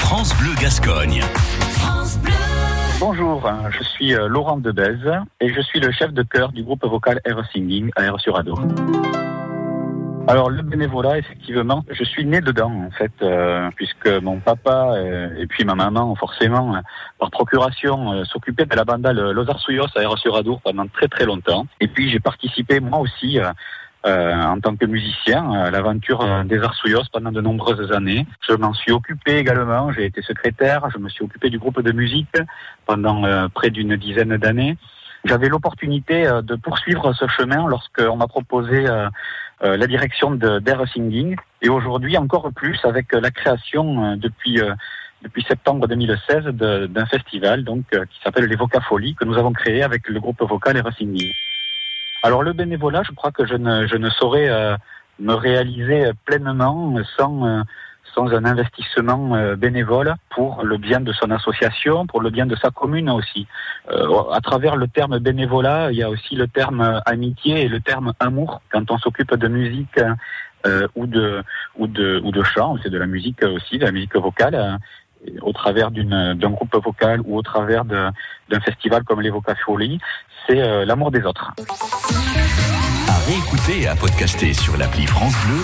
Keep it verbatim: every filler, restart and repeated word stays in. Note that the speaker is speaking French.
France Bleu Gascogne. France Bleu. Bonjour, je suis Laurent Debez et je suis le chef de chœur du groupe vocal Air Singing à Aire-sur-Adour. Alors le bénévolat, effectivement, je suis né dedans en fait, euh, puisque mon papa euh, et puis ma maman, forcément, euh, par procuration, euh, s'occupaient de la banda Los Arsuyos à Aire-sur-Adour pendant très très longtemps. Et puis j'ai participé moi aussi euh, euh, en tant que musicien à l'aventure euh, des Arsuyos pendant de nombreuses années. Je m'en suis occupé également, j'ai été secrétaire, je me suis occupé du groupe de musique pendant euh, près d'une dizaine d'années. J'avais l'opportunité euh, de poursuivre ce chemin lorsqu'on m'a proposé euh, euh, la direction de, d'Air Singing, et aujourd'hui encore plus avec la création euh, depuis euh, depuis septembre deux mille seize de, d'un festival donc euh, qui s'appelle les Vocafolies, que nous avons créé avec le groupe vocal Air Singing. Alors le bénévolat, je crois que je ne je ne saurais euh, me réaliser pleinement sans euh, sans un investissement euh, bénévole pour le bien de son association, pour le bien de sa commune aussi. Euh, à travers le terme bénévolat, il y a aussi le terme amitié et le terme amour. Quand on s'occupe de musique euh, ou de ou de ou de chant, c'est de la musique aussi, de la musique vocale, euh, au travers d'une d'un groupe vocal ou au travers de, d'un festival comme les Vocafolies, c'est euh, l'amour des autres. À réécouter et à podcaster sur l'appli France Bleu.